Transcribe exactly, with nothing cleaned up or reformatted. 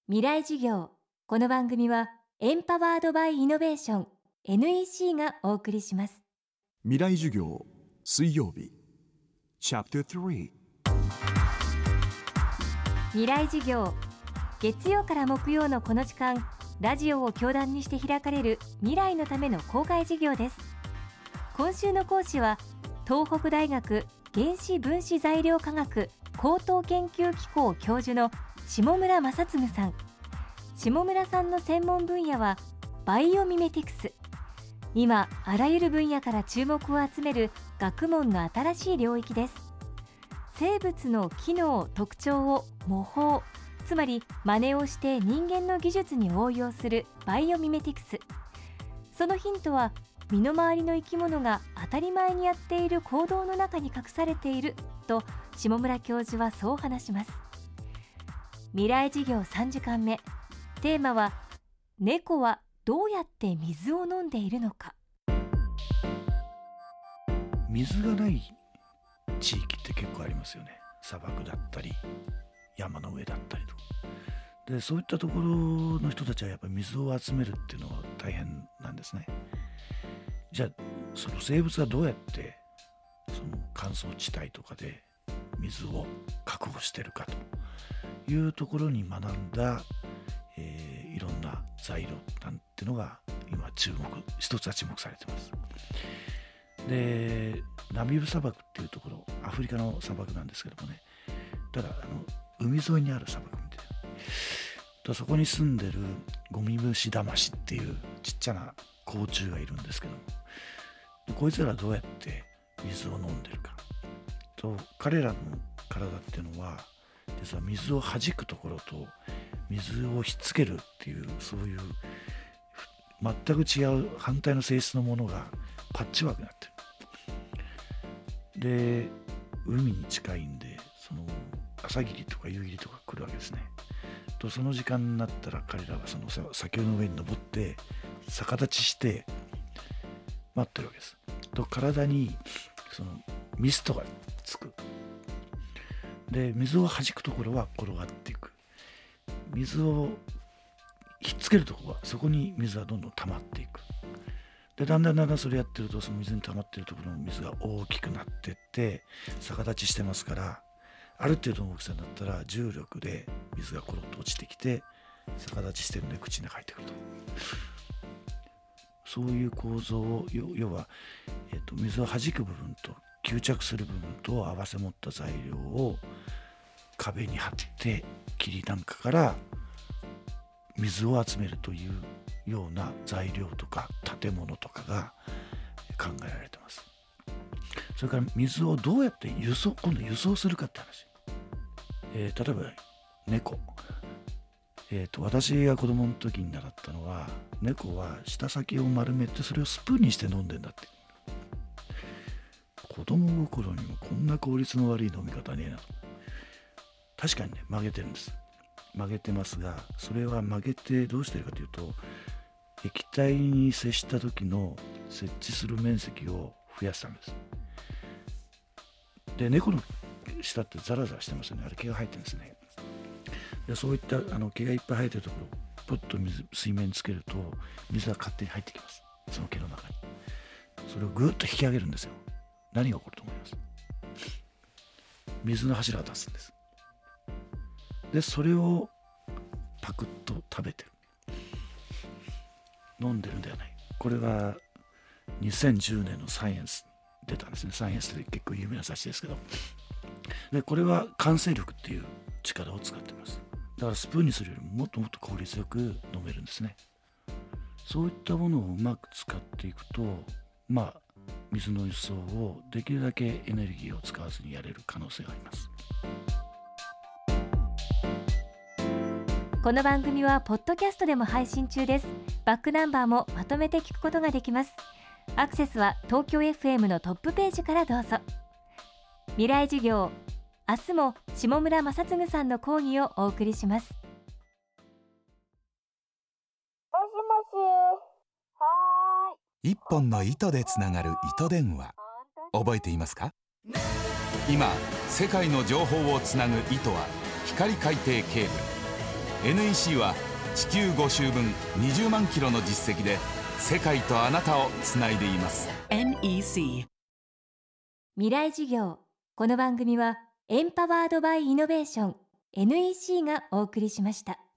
未来授業。この番組はエンパワードバイイノベーション エヌイーシー がお送りします。 未来授業水曜日チャプタースリー未来授業。月曜から木曜のこの時間、ラジオを教壇にして開かれる未来のための公開授業です。今週の講師は東北大学原子分子材料科学高等研究機構教授の下村正嗣さん。下村さんの専門分野はバイオミメティクス。今あらゆる分野から注目を集める学問の新しい領域です。生物の機能・特徴を模倣、つまり真似をして人間の技術に応用するバイオミメティクス。そのヒントは身の回りの生き物が当たり前にやっている行動の中に隠されていると下村教授はそう話します。未来授業さんじかんめ、テーマは猫はどうやって水を飲んでいるのか。 水がない地域って結構ありますよね。砂漠だったり山の上だったりと。でそういったところの人たちはやっぱり水を集めるっていうのは大変なんですね。じゃあその生物がどうやってその乾燥地帯とかで水を確保してるかというところに学んだ、えー、いろんな材料なんていうのが今注目一つは注目されています。でナミブ砂漠っていうところ、アフリカの砂漠なんですけどもね、ただあの海沿いにある砂漠みたいな、そこに住んでるゴミムシダマシっていうちっちゃな甲虫がいるんですけども、こいつらはどうやって水を飲んでるかと、彼らの体っていうのは実は水を弾くところと水をひっつけるっていう、そういう全く違う反対の性質のものがパッチワークになってる。で海に近いんで、その朝霧とか夕霧とか来るわけですね。とその時間になったら彼らはその砂丘の上に登って逆立ちして待ってるわけです。と体にそのミストがつく。で水を弾くところは転がっていく。水をひっつけるところはそこに水はどんどん溜まっていく。でだんだんだんだんそれやってると、その水に溜まっているところの水が大きくなってって逆立ちしてますから、ある程度の大きさになったら重力で水がコロッと落ちてきて逆立ちしてるので口に入ってくると。そういう構造を要は、えーと、水を弾く部分と吸着する部分と合わせ持った材料を壁に貼って霧なんかから水を集めるというような材料とか建物とかが考えられています。それから水をどうやって輸送今度輸送するかって話、えー、例えば猫、えー、と私が子供の時に習ったのは、猫は舌先を丸めてそれをスプーンにして飲んでんだって。子供心にもこんな効率の悪い飲み方ねえなと。確かにね、曲げてるんです。曲げてますが、それは曲げてどうしてるかというと、液体に接した時の設置する面積を増やすためです。で猫の舌ってザラザラしてますよね。あれ毛が生えてるんですね。でそういったあの毛がいっぱい生えてるところをポッと水水面につけると水が勝手に入ってきます。その毛の中にそれをぐーっと引き上げるんですよ。何が起こると思います？水の柱が立つんです。でそれをパクッと食べてる、飲んでるんではない。これはにせんじゅうねんのサイエンス出たんですね。サイエンスで結構有名な雑誌ですけど、でこれは感染力っていう力を使っています。だからスプーンにするよりももっともっと効率よく飲めるんですね。そういったものをうまく使っていくと、まあ水の輸送をできるだけエネルギーを使わずにやれる可能性があります。 この番組はポッドキャストでも配信中です。バックナンバーもまとめて聞くことができます。アクセスは東京 エフエム のトップページからどうぞ。未来授業、明日も下村正嗣さんの講義をお送りします。 もしもし、はーい。 一本の糸でつながる糸電話、覚えていますか？今世界の情報をつなぐ糸は光海底ケーブル。 エヌイーシー は地球ご周分にじゅうまんキロの実績で世界とあなたをつないでいます。 エヌイーシー未来事業。この番組はエンパワードバイイノベーション エヌイーシー がお送りしました。